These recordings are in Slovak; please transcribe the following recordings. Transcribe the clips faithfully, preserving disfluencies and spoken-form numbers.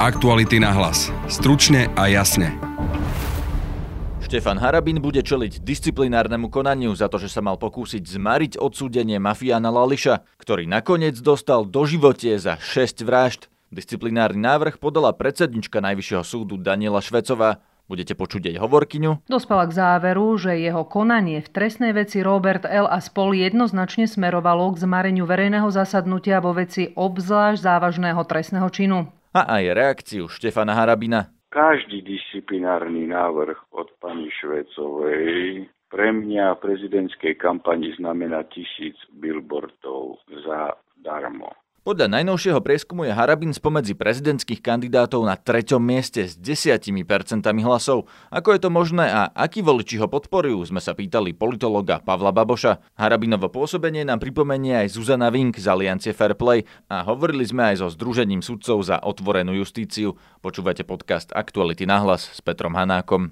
Aktuality na hlas. Stručne a jasne. Štefan Harabin bude čeliť disciplinárnemu konaniu za to, že sa mal pokúsiť zmariť odsúdenie mafiána Lališa, ktorý nakoniec dostal doživotie za šesť vražd. Disciplinárny návrh podala predsednička Najvyššieho súdu Daniela Švecová. Budete počuť jej hovorkyňu. Dospela k záveru, že jeho konanie v trestnej veci Robert L. a spol jednoznačne smerovalo k zmareniu verejného zasadnutia vo veci obzvlášť závažného trestného činu. A aj reakciu Štefana Harabina. Každý disciplinárny návrh od pani Švecovej pre mňa v prezidentskej kampani znamená tisíc billboardov za darmo. Podľa najnovšieho prieskumu je Harabin spomedzi prezidentských kandidátov na treťom mieste s desiatimi percentami hlasov. Ako je to možné a akí voliči ho podporujú, sme sa pýtali politologa Pavla Baboša. Harabinovo pôsobenie nám pripomenie aj Zuzana Vink z Aliancie Fair Play a hovorili sme aj so Združením sudcov za otvorenú justíciu. Počúvate podcast Aktuality na hlas s Petrom Hanákom.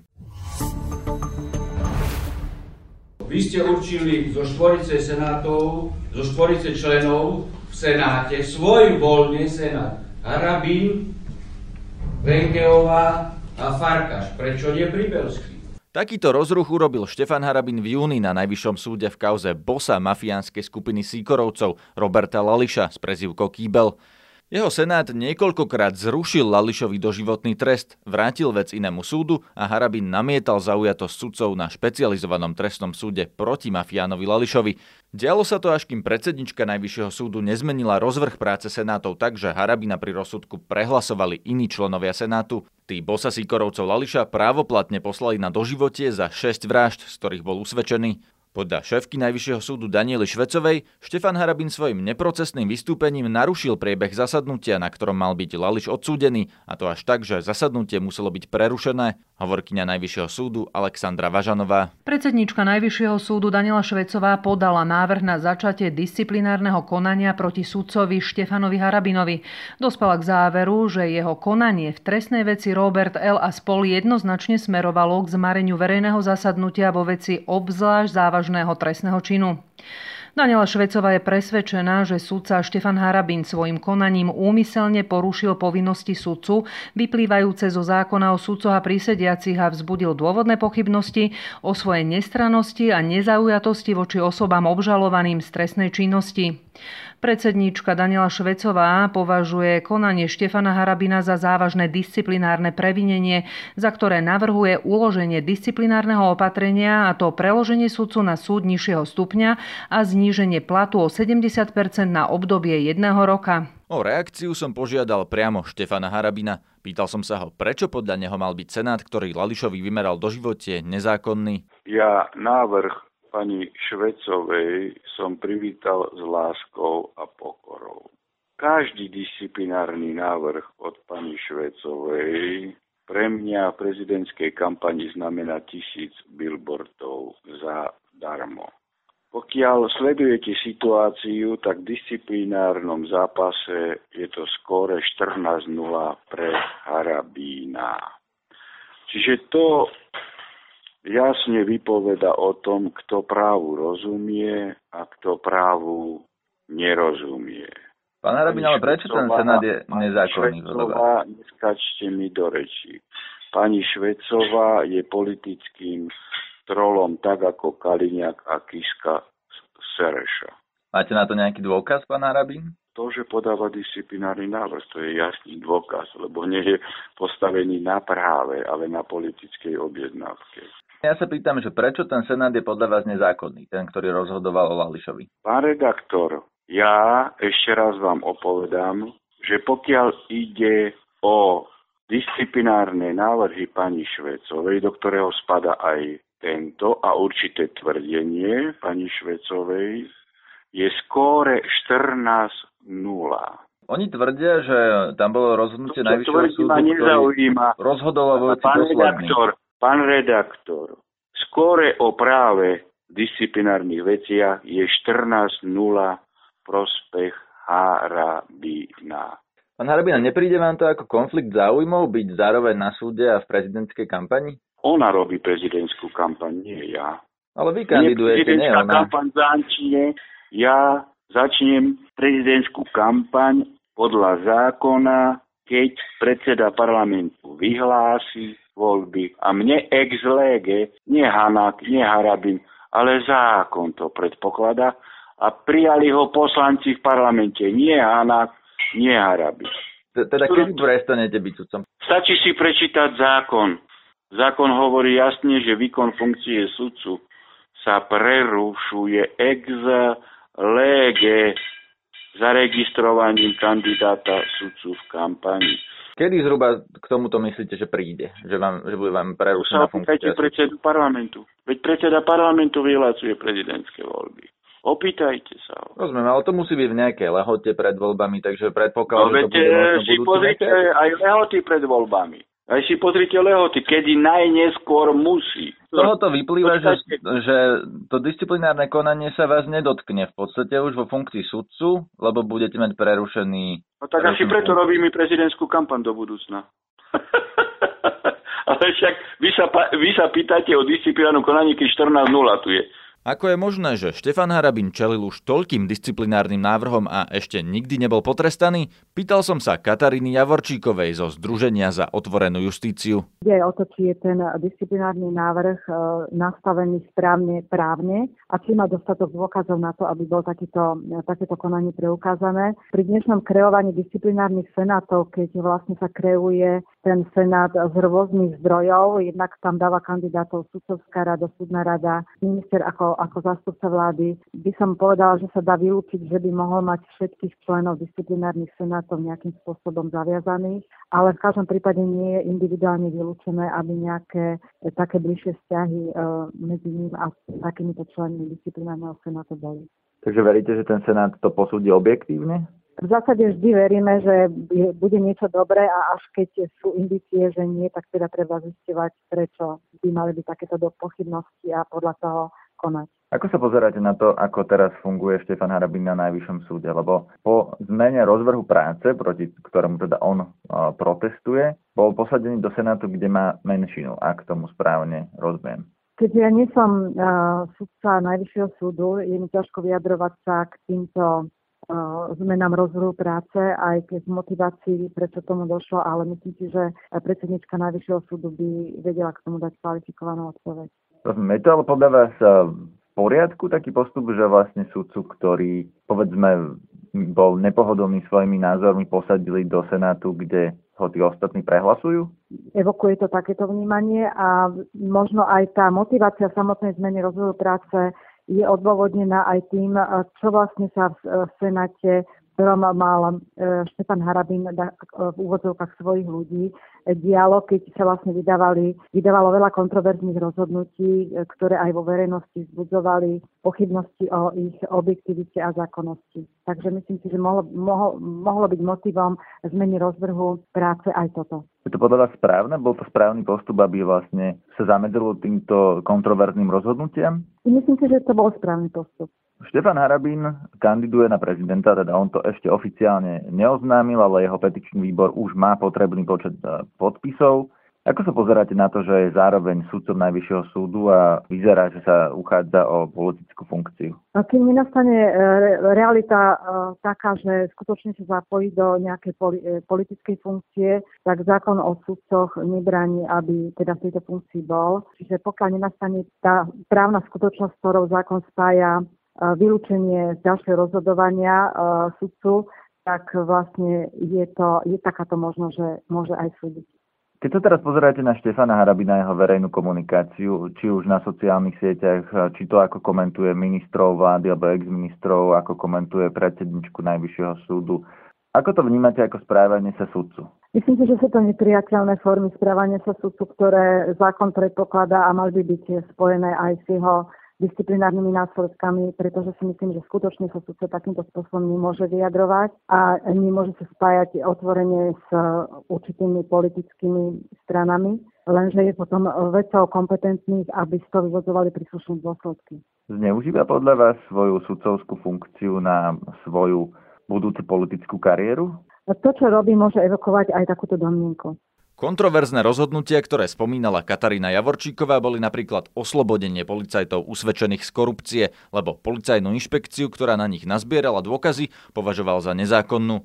Vy ste určili zo štvorice senátov, zo štvorice členov v Senáte, svoj voľne Senát. Harabin, Venkeová a Farkaš. Prečo nie Pribelský? Takýto rozruch urobil Štefan Harabin v júni na Najvyššom súde v kauze bossa mafiánskej skupiny Sýkorovcov Roberta Lališa s prezývkou Kýbel. Jeho senát niekoľkokrát zrušil Lališovi doživotný trest, vrátil vec inému súdu a Harabin namietal zaujatosť sudcov na špecializovanom trestnom súde proti mafiánovi Lališovi. Dialo sa to, až kým predsednička Najvyššieho súdu nezmenila rozvrh práce senátov tak, že Harabina pri rozsudku prehlasovali iní členovia senátu. Tí bossa Sýkorovcov Lališa právoplatne poslali na doživotie za šesť vražd, z ktorých bol usvedčený. Podľa šéfky Najvyššieho súdu Daniely Švecovej Štefan Harabin svojim neprocesným vystúpením narušil priebeh zasadnutia, na ktorom mal byť Lališ odsúdený, a to až tak, že zasadnutie muselo byť prerušené. Hovorkyňa Najvyššieho súdu Alexandra Važanová. Predsedníčka Najvyššieho súdu Daniela Švecová podala návrh na začatie disciplinárneho konania proti sudcovi Štefanovi Harabinovi. Dospela k záveru, že jeho konanie v trestnej veci Robert L. a spol jednoznačne smerovalo k zmareniu verejného zasadnutia vo veci obzvlášť závažného trestného činu. Daniela Švecová je presvedčená, že sudca Štefan Harabin svojim konaním úmyselne porušil povinnosti sudcu vyplývajúce zo zákona o sudcoch a prísediacich a vzbudil dôvodné pochybnosti o svojej nestrannosti a nezaujatosti voči osobám obžalovaným z trestnej činnosti. Predsedníčka Daniela Švecová považuje konanie Štefana Harabina za závažné disciplinárne previnenie, za ktoré navrhuje uloženie disciplinárneho opatrenia, a to preloženie sudcu na súd nižšieho stupňa a zníženie platu o sedemdesiat percent na obdobie jedného roka. O reakciu som požiadal priamo Štefana Harabina. Pýtal som sa ho, prečo podľa neho mal byť senát, ktorý Lališovi vymeral doživotie, nezákonný. Ja návrh pani Švecovej som privítal s láskou a pokorou. Každý disciplinárny návrh od pani Švecovej pre mňa v prezidentskej kampani znamená tisíc billboardov za darmo. Pokiaľ sledujete situáciu, tak v disciplinárnom zápase je to skóre štrnásť nula pre Harabína. Čiže to jasne vypoveda o tom, kto právu rozumie a kto právu nerozumie. Pán Harabin, ale prečo ten senát je nezákonný? Švecová, neskačte mi do rečí. Pani Švecová je politickým trolom tak ako Kaliňák a Kiska Sereša. Máte na to nejaký dôkaz, pán Harabin? To, že podáva disciplinárny návrh, to je jasný dôkaz, lebo nie je postavený na práve, ale na politickej objednávke. Ja sa pýtam, že prečo ten senát je podľa vás nezákonný, ten, ktorý rozhodoval o Lališovi? Pán redaktor, ja ešte raz vám opovedám, že pokiaľ ide o disciplinárne návrhy pani Švecovej, do ktorého spada aj tento a určité tvrdenie pani Švecovej, je skóre štrnásť nula. Oni tvrdia, že tam bolo rozhodnutie Najvyššieho súdu, ktorý rozhodoval vo veci posledný. Pán redaktor, skóre o práve disciplinárnych veciach je štrnásť nula prospech Harabina. Pán Harabina, nepríde vám to ako konflikt záujmov byť zároveň na súde a v prezidentskej kampani? Ona robí prezidentskú kampaň, nie ja. Ale vy kandidujete, nie ona. Prezidentská kampaň začne, ja začnem prezidentskú kampaň podľa zákona keď predseda parlamentu vyhlási voľby a mne ex lege, nie Hanák, nie Harabin, ale zákon to predpokladá a prijali ho poslanci v parlamente, nie Hanák, nie Harabin. Teda kedy prestanete byť sudcom? Stačí si prečítať zákon. Zákon hovorí jasne, že výkon funkcie sudcu sa prerušuje ex lege zaregistrovaním kandidáta sudcu v kampani. Kedy zhruba k tomuto myslíte, že príde? Že, vám, že bude vám prerušená funkcia? Opýtajte predsedu parlamentu. Veď predseda parlamentu vyhlasuje prezidentské voľby. Opýtajte sa ho. Rozumiem, ale to musí byť v nejakej lehote pred voľbami, takže predpokladám, no, že to bude možno si pozrite mesiac. Aj lehoty pred voľbami. Aj si pozrite lehoty, kedy najneskôr musí. Z toho to vyplýva, že, že to disciplinárne konanie sa vás nedotkne v podstate už vo funkcii sudcu, lebo budete mať prerušený... No tak asi preto funkciu. Robíme prezidentskú kampaň do budúcna. Ale však vy sa, vy sa pýtate o disciplinárnom konaní, keď štrnásť nula tu je. Ako je možné, že Štefan Harabin čelil už toľkým disciplinárnym návrhom a ešte nikdy nebol potrestaný? Pýtal som sa Kataríny Javorčíkovej zo Združenia za otvorenú justíciu. Ide o to, či je ten disciplinárny návrh nastavený správne právne a či má dostatok dôkazov na to, aby bol takýto, takéto konanie preukázané. Pri dnešnom kreovaní disciplinárnych senátov, keď vlastne sa kreuje ten senát z rôznych zdrojov, jednak tam dáva kandidátov sudcovská rada, súdna rada, minister ako ako zástupca vlády, by som povedala, že sa dá vylúčiť, že by mohol mať všetkých členov disciplinárnych senátov nejakým spôsobom zaviazaných, ale v každom prípade nie je individuálne vylúčené, aby nejaké také bližšie vzťahy medzi ním a takýmito členmi disciplinárneho senátu boli. Takže veríte, že ten senát to posúdi objektívne? V zásade vždy veríme, že bude niečo dobré a až keď sú indície, že nie, tak teda treba zisťovať, prečo by mali byť takéto pochybnosti a podľa toho konať. Ako sa pozeráte na to, ako teraz funguje Štefan Harabin na Najvyššom súde? Lebo po zmene rozvrhu práce, proti ktorému teda on uh, protestuje, bol posadený do Senátu, kde má menšinu, ak tomu správne rozumiem. Keďže ja nie som uh, sudca Najvyššieho súdu, je mi ťažko vyjadrovať sa k týmto zmenám rozvrhu práce, aj keď motivácii, prečo tomu došlo, ale myslím si, že predsednička Najvyššieho súdu by vedela k tomu dať kvalifikovanú odpoveď. Rozumiem, je to ale podľa vás v poriadku taký postup, že vlastne súdcu, ktorý povedzme bol nepohodlný svojimi názormi, posadili do Senátu, kde ho tí ostatní prehlasujú? Evokuje to takéto vnímanie a možno aj tá motivácia samotnej zmeny rozvrhu práce je odôvodnená aj tým, čo vlastne sa v Senáte, v ktorom mal Štefan Harabin v úvodzovkách svojich ľudí, dialo, keď sa vlastne vydávali, vydávalo veľa kontroverzných rozhodnutí, ktoré aj vo verejnosti vzbudzovali pochybnosti o ich objektivite a zákonnosti. Takže myslím si, že mohlo, mohlo, mohlo byť motivom zmeny rozvrhu práce aj toto. Je to podľa vás správne? Bol to správny postup, aby vlastne sa zamedzilo týmto kontroverzným rozhodnutiam? Myslím si, že to bol správny postup. Štefan Harabin kandiduje na prezidenta, teda on to ešte oficiálne neoznámil, ale jeho petičný výbor už má potrebný počet podpisov. Ako sa pozeráte na to, že je zároveň sudcom Najvyššieho súdu a vyzerá, že sa uchádza o politickú funkciu? Kým nenastane realita taká, že skutočne sa zapojí do nejakej politickej funkcie, tak zákon o sudcoch nebráni, aby teda v tejto funkcii bol. Čiže pokiaľ nenastane tá právna skutočnosť, ktorou zákon spája vylúčenie z ďalšieho rozhodovania sudcu, tak vlastne je, to, je takáto možnosť, že môže aj súdiť. Keď sa teraz pozeráte na Štefana Harabina, jeho verejnú komunikáciu, či už na sociálnych sieťach, či to ako komentuje ministrov vlády alebo ex-ministrov, ako komentuje predsedničku Najvyššieho súdu, ako to vnímate ako správanie sa sudcu? Myslím si, že sú to nepriateľné formy správania sa sudcu, ktoré zákon predpokladá a mali by byť spojené aj s jeho disciplinárnymi následkami, pretože si myslím, že skutočne sa sudca takýmto spôsobom nemôže vyjadrovať a nemôže sa spájať otvorene s určitými politickými stranami, lenže je potom vecou kompetentných, aby z toho vyvodzovali príslušné dôsledky. Zneužíva podľa vás svoju sudcovskú funkciu na svoju budúcu politickú kariéru? To, čo robí, môže evokovať aj takúto domnienku. Kontroverzné rozhodnutia, ktoré spomínala Katarína Javorčíková, boli napríklad oslobodenie policajtov usvedčených z korupcie, lebo policajnú inšpekciu, ktorá na nich nazbierala dôkazy, považoval za nezákonnú.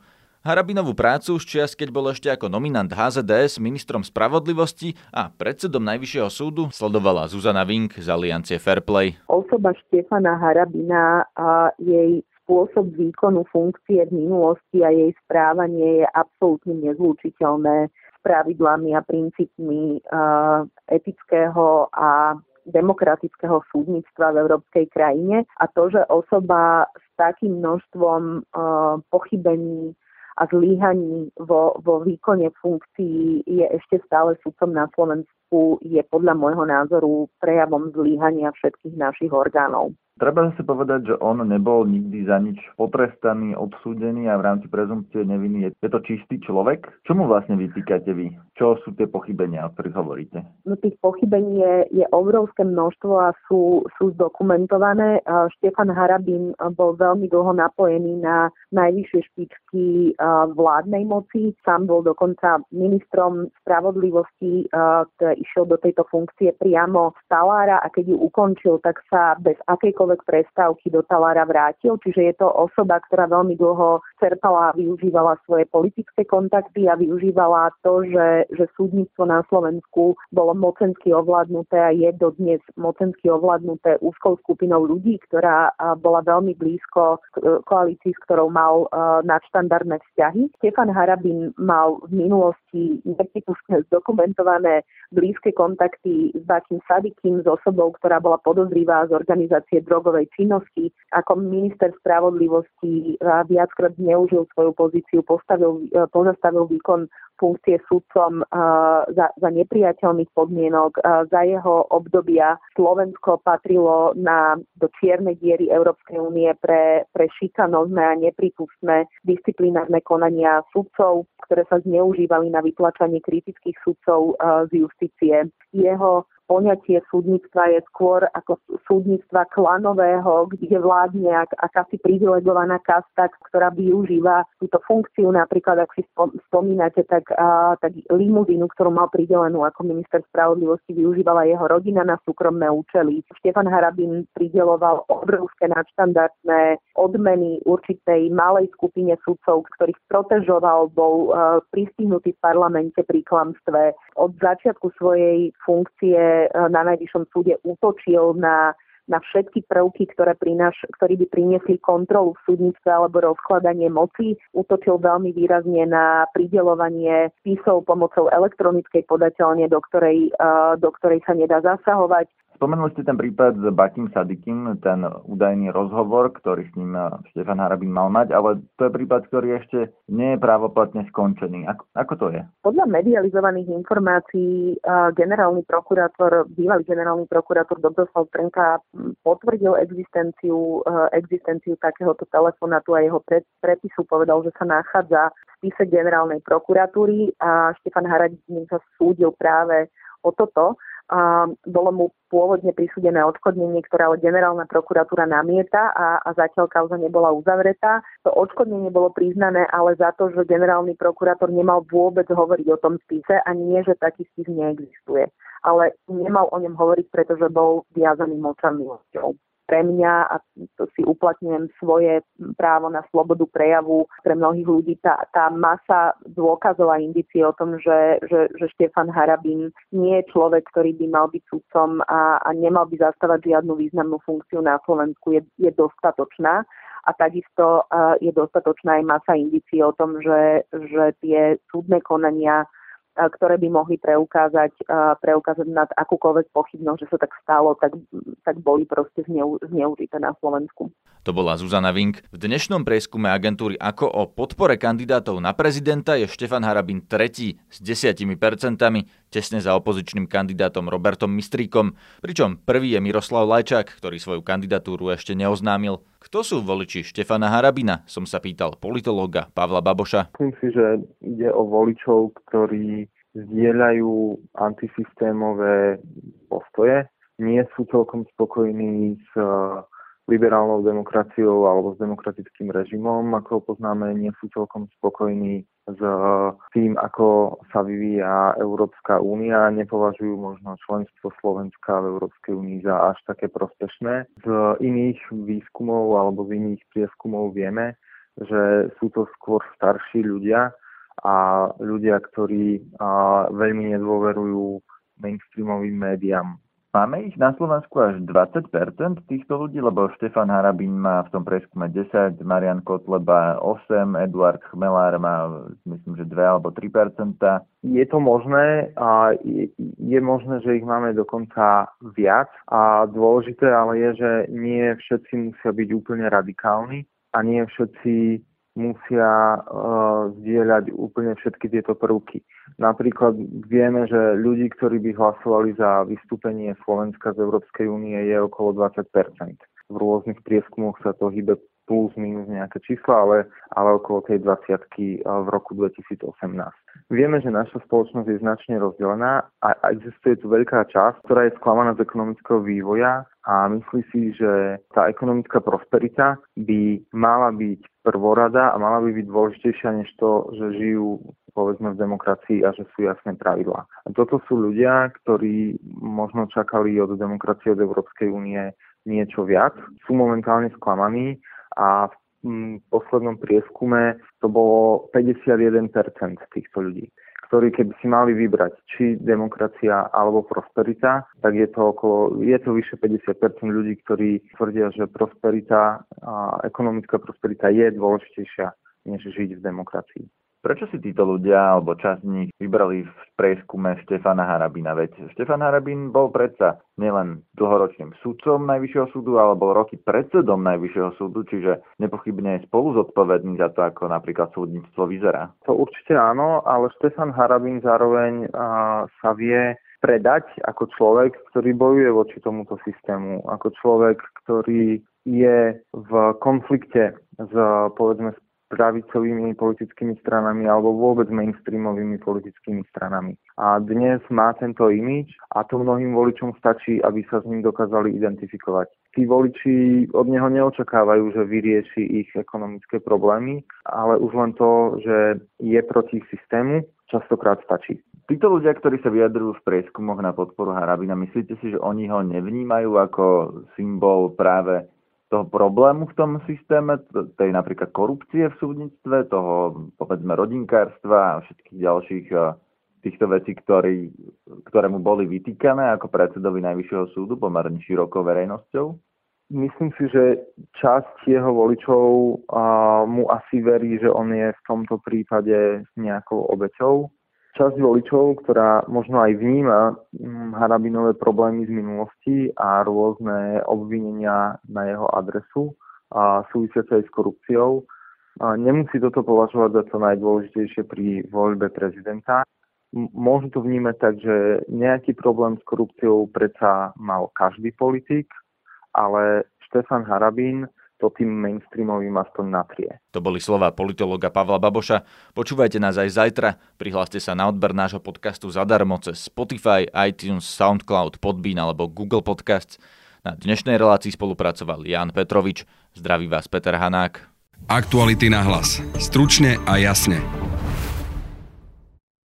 Harabinovú prácu z čias, keď bol ešte ako nominant há zet dé es ministrom spravodlivosti a predsedom Najvyššieho súdu, sledovala Zuzana Vink z Aliancie Fairplay. Osoba Štefana Harabina a jej spôsob výkonu funkcie v minulosti a jej správanie je absolútne nezlučiteľné s pravidlami a princípmi uh, etického a demokratického súdnictva v európskej krajine. A to, že osoba s takým množstvom uh, pochybení a zlyhaní vo, vo výkone funkcií je ešte stále sudcom na Slovensku, je podľa môjho názoru prejavom zlyhania všetkých našich orgánov. Treba si povedať, že on nebol nikdy za nič potrestaný, odsúdený a v rámci prezumpcie neviny je, je to čistý človek. Čo mu vlastne vytýkate vy? Čo sú tie pochybenia, o ktorých hovoríte? No tých pochybení je, je obrovské množstvo a sú, sú zdokumentované. Štefan Harabin bol veľmi dlho napojený na najvyššie špičky vládnej moci. Sám bol dokonca ministrom spravodlivosti, ktorý išiel do tejto funkcie priamo z talára a keď ju ukončil, tak sa bez akejkoľvek prestávky do talára vrátil, čiže je to osoba, ktorá veľmi dlho čerpala a využívala svoje politické kontakty a využívala to, že, že súdnictvo na Slovensku bolo mocensky ovládnuté a je dodnes mocensky ovládnuté úzkou skupinou ľudí, ktorá bola veľmi blízko koalícii, s ktorou mal nadštandardné vzťahy. Štefan Harabin mal v minulosti nepripustne zdokumentované blízke kontakty s Bakim Sadikim, s osobou, ktorá bola podozrivá z organizácie drogovej činnosti. Ako minister spravodlivosti viackrát zneužil svoju pozíciu, postavil, pozastavil výkon funkcie sudcom uh, za, za nepriateľných podmienok. Uh, za jeho obdobia Slovensko patrilo na, do čiernej diery Európskej únie pre, pre šikanózne a neprípustné disciplinárne konania sudcov, ktoré sa zneužívali na vytlačanie kritických sudcov uh, z justície. Jeho poňatie súdnictva je skôr ako súdnictva klanového, kde vládne ak, akási privilegovaná kasta, ktorá využíva túto funkciu. Napríklad, ak si spomínate, tak, a, tak limuzínu, ktorú mal pridelenú ako minister spravodlivosti, využívala jeho rodina na súkromné účely. Štefan Harabin prideloval obrovské nadštandardné odmeny určitej malej skupine sudcov, ktorých protežoval, bol a, pristihnutý v parlamente pri klamstve. Od začiatku svojej funkcie na Najvyššom súde útočil na, na všetky prvky, ktoré, prinaš, ktoré by priniesli kontrolu v súdnictve alebo rozkladanie moci. Útočil veľmi výrazne na prideľovanie spisov pomocou elektronickej podateľne, do ktorej, do ktorej sa nedá zasahovať. Spomenuli ste ten prípad s Bakim Sadikim, ten údajný rozhovor, ktorý s ním Štefan Harabin mal mať, ale to je prípad, ktorý ešte nie je právoplatne skončený. Ako, ako to je? Podľa medializovaných informácií generálny prokurátor, bývalý generálny prokurátor Dobroslav Trnka potvrdil existenciu, existenciu takéhoto telefonátu a jeho prepisu povedal, že sa nachádza v spise generálnej prokuratúry a Štefan Harabin sa súdil práve o toto. A bolo mu pôvodne prisúdené odškodnenie, ktoré ale generálna prokuratúra namieta a, a zatiaľ kauza nebola uzavretá. To odškodnenie bolo priznané ale za to, že generálny prokurátor nemal vôbec hovoriť o tom spise a nie, že taký spis neexistuje. Ale nemal o ňom hovoriť, pretože bol viazaný mlčanlivosťou. Pre mňa, a to si uplatňujem svoje právo na slobodu prejavu, pre mnohých ľudí tá, tá masa dôkazov a indícií o tom, že, že, že Štefan Harabin nie je človek, ktorý by mal byť sudcom a, a nemal by zastávať žiadnu významnú funkciu na Slovensku, je, je dostatočná. A takisto uh, je dostatočná aj masa indícií o tom, že, že tie súdne konania, ktoré by mohli preukázať, preukázať nad akúkoľvek pochybnosť, že sa tak stalo, tak, tak boli proste zneu, zneužité na Slovensku. To bola Zuzana Vink. V dnešnom prieskume agentúry Ako o podpore kandidátov na prezidenta je Štefan Harabin tretí s desiatimi percentami, tesne za opozičným kandidátom Robertom Mistríkom, pričom prvý je Miroslav Lajčák, ktorý svoju kandidatúru ešte neoznámil. Kto sú voliči Štefana Harabina? Som sa pýtal politológa Pavla Baboša. Myslím si, že ide o voličov, ktorí zdieľajú antisystémové postoje, nie sú celkom spokojní s liberálnou demokraciou alebo s demokratickým režimom, ako ho poznáme, nie sú celkom spokojní s tým, ako sa vyvíja Európska únia, nepovažujú možno členstvo Slovenska v Európskej únii za až také prospešné. Z iných výskumov alebo z iných prieskumov vieme, že sú to skôr starší ľudia a ľudia, ktorí a, veľmi nedôverujú mainstreamovým médiám. Máme ich na Slovensku až dvadsať percent týchto ľudí, lebo Štefan Harabín má v tom prieskume desať, Marian Kotleba osem, Eduard Chmelár má myslím, že dva alebo tri percentá. Je to možné a je, je možné, že ich máme dokonca viac a dôležité ale je, že nie všetci musia byť úplne radikálni a nie všetci musia uh, zdieľať úplne všetky tieto prvky. Napríklad vieme, že ľudí, ktorí by hlasovali za vystúpenie Slovenska z Európskej únie je okolo dvadsať percent. V rôznych prieskumoch sa to hýbe plus, minus nejaké čísla, ale, ale okolo tej dvadsiatky v roku dvetisícosemnásť. Vieme, že naša spoločnosť je značne rozdelená a existuje tu veľká časť, ktorá je sklamaná z ekonomického vývoja a myslí si, že tá ekonomická prosperita by mala byť prvorada a mala by byť dôležitejšia než to, že žijú povedzme v demokracii a že sú jasné pravidlá. A toto sú ľudia, ktorí možno čakali od demokracie od Európskej únie niečo viac, sú momentálne sklamaní a v poslednom prieskume to bolo päťdesiatjeden percent týchto ľudí, ktorí keby si mali vybrať či demokracia alebo prosperita, tak je to okolo, je to vyše päťdesiat percent ľudí, ktorí tvrdia, že prosperita, a ekonomická prosperita je dôležitejšia než žiť v demokracii. Prečo si títo ľudia, alebo časť z nich, vybrali v prieskume Štefana Harabina? Veď Štefan Harabin bol predsa nielen dlhoročným sudcom Najvyššieho súdu, ale bol roky predsedom Najvyššieho súdu, čiže nepochybne je spolu zodpovedný za to, ako napríklad súdnictvo vyzerá. To určite áno, ale Štefan Harabin zároveň uh, sa vie predať ako človek, ktorý bojuje voči tomuto systému, ako človek, ktorý je v konflikte s, povedzme, pravicovými politickými stranami alebo vôbec mainstreamovými politickými stranami. A dnes má tento imidž a to mnohým voličom stačí, aby sa s ním dokázali identifikovať. Tí voliči od neho neočakávajú, že vyrieši ich ekonomické problémy, ale už len to, že je proti systému, častokrát stačí. Títo ľudia, ktorí sa vyjadrujú v prieskumoch na podporu Harabina, myslíte si, že oni ho nevnímajú ako symbol práve toho problému v tom systéme, tej napríklad korupcie v súdnictve, toho povedzme rodinkárstva a všetkých ďalších týchto vecí, ktorý, ktoré mu boli vytýkané ako predsedovi Najvyššieho súdu pomerne širokou verejnosťou? Myslím si, že časť jeho voličov uh, mu asi verí, že on je v tomto prípade nejakou obeťou. Časť voličov, ktorá možno aj vníma Harabinové problémy z minulosti a rôzne obvinenia na jeho adresu a súvisiace aj s korupciou, nemusí toto považovať za to najdôležitejšie pri voľbe prezidenta. Môžu to vnímať tak, že nejaký problém s korupciou predsa mal každý politik, ale Štefan Harabin to tým mainstreamovým aspoň natrie. To boli slová politológa Pavla Baboša. Počúvajte nás aj zajtra. Prihláste sa na odber nášho podcastu zadarmo cez Spotify, iTunes, SoundCloud, Podbean alebo Google Podcasts. Na dnešnej relácii spolupracoval Ján Petrovič. Zdraví vás Peter Hanák. Aktuality na hlas. Stručne a jasne.